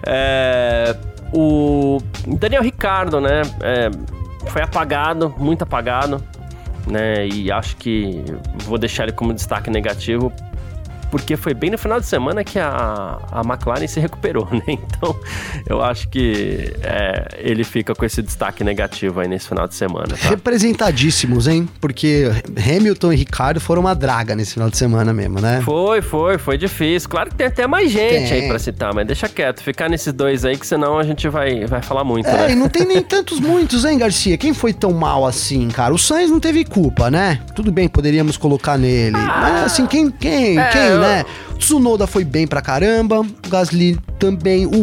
É, o Daniel Ricciardo, né? É, foi apagado, muito apagado. Né, e acho que vou deixar ele como destaque negativo, porque foi bem no final de semana que a, a McLaren se recuperou, né? Então, eu acho que é, ele fica com esse destaque negativo aí nesse final de semana. Tá? Representadíssimos, hein? Porque Hamilton e Ricciardo foram uma draga nesse final de semana mesmo, né? Foi, foi, foi difícil. Claro que tem até mais gente tem. aí pra citar, mas deixa quieto, ficar nesses dois aí, que senão a gente vai, vai falar muito, é, né? E não tem nem tantos muitos, hein, Garcia? Quem foi tão mal assim, cara? O Sainz não teve culpa, né? Tudo bem, poderíamos colocar nele. Ah, mas assim, quem, quem, é, quem, eu... né? O Tsunoda foi bem pra caramba, o Gasly também, o...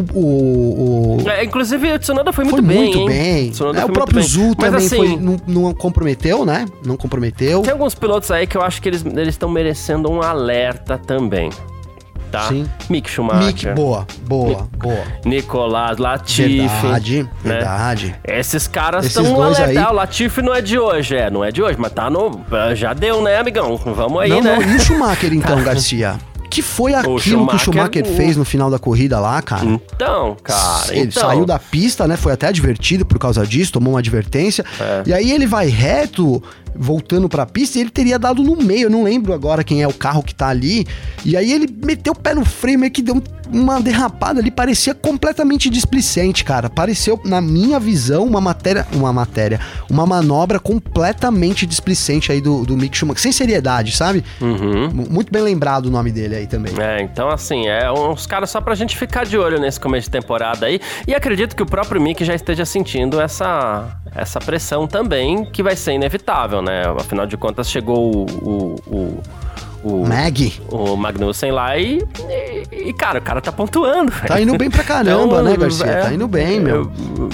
o, o... É, inclusive o Tsunoda foi muito foi bem, muito hein? bem. Tsunoda é, foi o próprio muito bem. Zhu Mas, também assim, foi, não, não comprometeu, né? Não comprometeu. Tem alguns pilotos aí que eu acho que eles estão merecendo um alerta também. tá? Sim. Mick Schumacher. Mick, boa, boa, boa. Nicolas Latifi. Verdade, né? verdade. Esses caras Esses estão dois aí- alerta. O Latifi não é de hoje, é, não é de hoje, mas tá no... Já deu, né, amigão? Vamos aí, não, né? não, e o Schumacher então, Garcia? Que foi aquilo Schumacher- que o Schumacher fez no final da corrida lá, cara? Então, cara, Ele então... saiu da pista, né? Foi até advertido por causa disso, tomou uma advertência. É. E aí ele vai reto, voltando pra pista, e ele teria dado no meio. Eu não lembro agora quem é o carro que tá ali. E aí ele meteu o pé no freio, meio que deu uma derrapada ali, parecia completamente displicente, cara. Pareceu, na minha visão, uma matéria, uma matéria, uma manobra completamente displicente aí do, do Mick Schumacher. Sem seriedade, sabe? Uhum. M- Muito bem lembrado o nome dele aí também. É, então assim, é uns caras só pra gente ficar de olho nesse começo de temporada aí. E acredito que o próprio Mick já esteja sentindo essa, essa pressão também, que vai ser inevitável, né? Afinal de contas, chegou o... o, o O, Mag. o Magnussen lá e, e, e, cara, o cara tá pontuando. Tá velho. indo bem pra caramba, Então, né, Garcia? é, Tá indo bem, meu.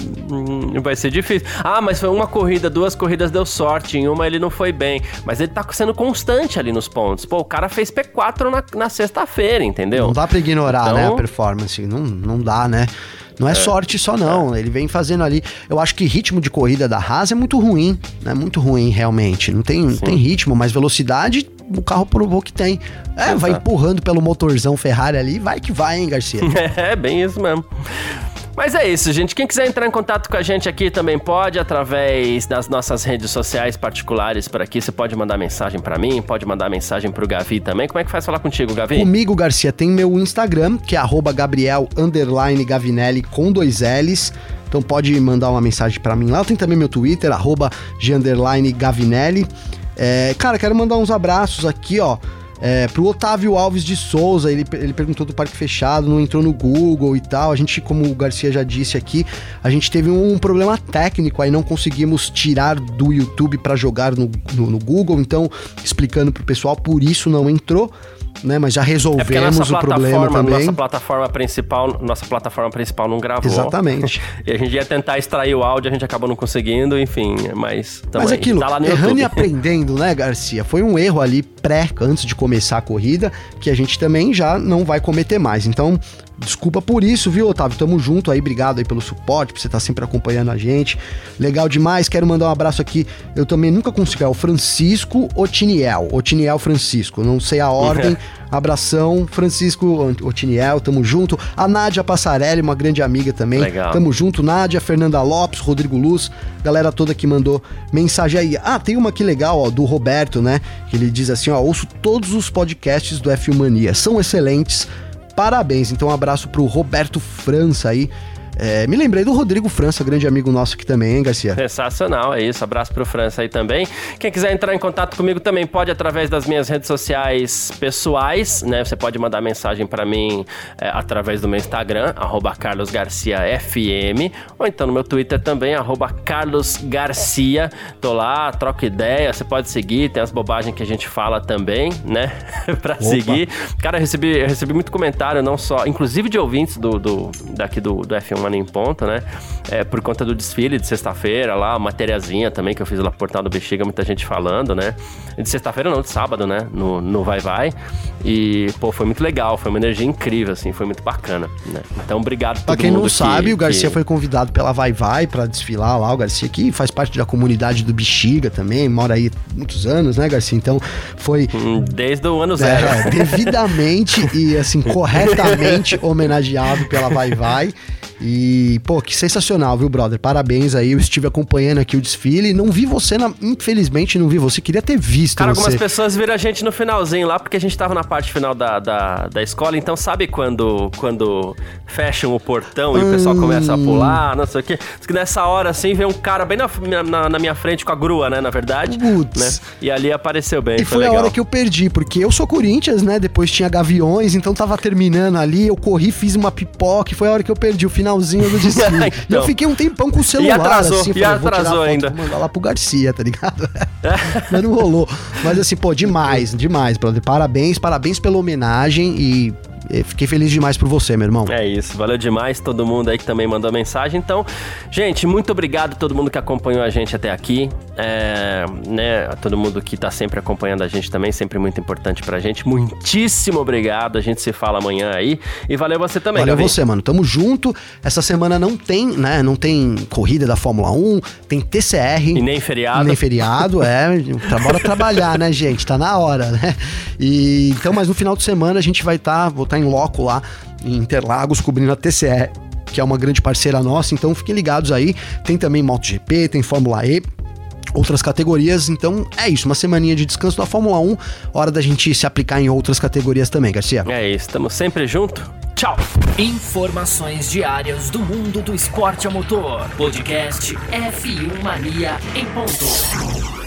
é, vai ser difícil. Ah, mas foi uma corrida, duas corridas deu sorte, em uma ele não foi bem. Mas ele tá sendo constante ali nos pontos. Pô, o cara fez P quatro na, na sexta-feira, entendeu? Não dá pra ignorar, Então- né, a performance. Não, não dá, né? Não é, sorte só, não. Ele vem fazendo ali... Eu acho que ritmo de corrida da Haas é muito ruim, né? Muito ruim, realmente. Não tem, não tem ritmo, mas velocidade o carro provou que tem. É, vai Exato. empurrando pelo motorzão Ferrari ali, vai que vai, hein, Garcia? É, bem isso mesmo. Mas é isso, gente. Quem quiser entrar em contato com a gente aqui também pode, através das nossas redes sociais particulares por aqui. Você pode mandar mensagem pra mim, pode mandar mensagem pro Gavi também. Como é que faz falar contigo, Gavi? Comigo, Garcia, tem meu Instagram, que é arroba Gabriel underline Gavinelli com dois L's. Então pode mandar uma mensagem pra mim lá. Tem também meu Twitter, arroba G underline Gavinelli. É, cara, quero mandar uns abraços aqui, ó. É, pro Otávio Alves de Souza, ele, ele perguntou do Parque Fechado, não entrou no Google e tal. A gente, como o Garcia já disse aqui, a gente teve um problema técnico aí, não conseguimos tirar do YouTube para jogar no, no, no Google. Então, explicando pro pessoal, por isso não entrou, né? Mas já É porque a resolvemos nossa o problema plataforma, também. nossa plataforma principal, nossa plataforma principal não gravou. Exatamente. E a gente ia tentar extrair o áudio, a gente acabou não conseguindo, enfim, mas também Mas aquilo, tá lá no errando YouTube. e aprendendo, né, Garcia? Foi um erro ali pré, antes de começar a corrida, que a gente também já não vai cometer mais. Então, desculpa por isso, viu, Otávio? Tamo junto aí, obrigado aí pelo suporte, por você estar sempre acompanhando a gente. Legal demais, quero mandar um abraço aqui. Eu também nunca consegui, é o Francisco Otiniel, Otiniel Francisco, não sei a ordem. Abração, Francisco Otiniel, tamo junto. A Nádia Passarelli, uma grande amiga também. Legal. Tamo junto, Nádia, Fernanda Lopes, Rodrigo Luz, galera toda que mandou mensagem aí. Ah, tem uma aqui legal, ó, do Roberto, né? Que ele diz assim, ó, ouço todos os podcasts do F um Mania, são excelentes, parabéns. Então um abraço pro Roberto França aí. É, me lembrei do Rodrigo França, grande amigo nosso aqui também, hein, Garcia? Sensacional, é isso. Abraço pro França aí também. Quem quiser entrar em contato comigo também pode através das minhas redes sociais pessoais, né? Você pode mandar mensagem pra mim é, através do meu Instagram, arroba Carlos Garcia F M, ou então no meu Twitter também, arroba Carlos Garcia. Tô lá, troco ideia, você pode seguir, tem as bobagens que a gente fala também, né? pra Opa. seguir. Cara, eu recebi, eu recebi muito comentário, não só, inclusive de ouvintes do, do, daqui do, do F um Mania em Ponto, né? É, por conta do desfile de sexta-feira lá, matériazinha também que eu fiz lá pro Portal do Bexiga, muita gente falando, né? De sexta-feira não, de sábado, né? No, no Vai Vai. E, pô, foi muito legal, foi uma energia incrível, assim, foi muito bacana, né? Então, obrigado a Pra todo quem não mundo sabe, que, o Garcia que... foi convidado pela Vai Vai pra desfilar lá. O Garcia que faz parte da comunidade do Bexiga também, mora aí há muitos anos, né, Garcia? Então, foi... Desde o ano zero. É, devidamente e assim, corretamente homenageado pela Vai Vai. E, pô, que sensacional, viu, brother? Parabéns aí. Eu estive acompanhando aqui o desfile. Não vi você, na... infelizmente, não vi você. Queria ter visto Cara, você. algumas pessoas viram a gente no finalzinho lá, porque a gente tava na parte final da, da, da escola, então sabe quando, quando fecham o portão e o pessoal começa a pular, não sei o quê? Diz que nessa hora, assim, veio um cara bem na, na, na minha frente com a grua, né, na verdade. Putz. Né? E ali apareceu bem, E foi foi a legal. hora que eu perdi, porque eu sou Corinthians, né? Depois tinha Gaviões, então tava terminando ali. Eu corri, fiz uma pipoca e foi a hora que eu perdi o finalzinho do desfile. Então. E eu fiquei um tempão com o celular, atrasou, assim. e falei, vou tirar atrasou foto, ainda. vou mandar lá pro Garcia, tá ligado? Mas não rolou. Mas assim, pô, demais, demais, brother. Parabéns, parabéns pela homenagem e E fiquei feliz demais por você, meu irmão. É isso, valeu demais todo mundo aí que também mandou mensagem. Então, gente, muito obrigado a todo mundo que acompanhou a gente até aqui. É, né, a todo mundo que tá sempre acompanhando a gente também, sempre muito importante pra gente. Muitíssimo obrigado, a gente se fala amanhã aí. E valeu você também, Valeu Gavi. você, mano. Tamo junto. Essa semana não tem, né? Não tem corrida da Fórmula um, tem T C R. E nem feriado. E nem feriado, é. Bora trabalhar, né, gente? Tá na hora, né? E, então, mas no final de semana a gente vai estar, tá, vou estar tá em loco lá, em Interlagos, cobrindo a T C R, que é uma grande parceira nossa. Então fiquem ligados aí. Tem também MotoGP, tem Fórmula E, outras categorias, então é isso, uma semaninha de descanso da Fórmula um, hora da gente se aplicar em outras categorias também, Garcia. É isso, estamos sempre junto. Tchau! Informações diárias do mundo do esporte a motor. Podcast F um Mania em ponto.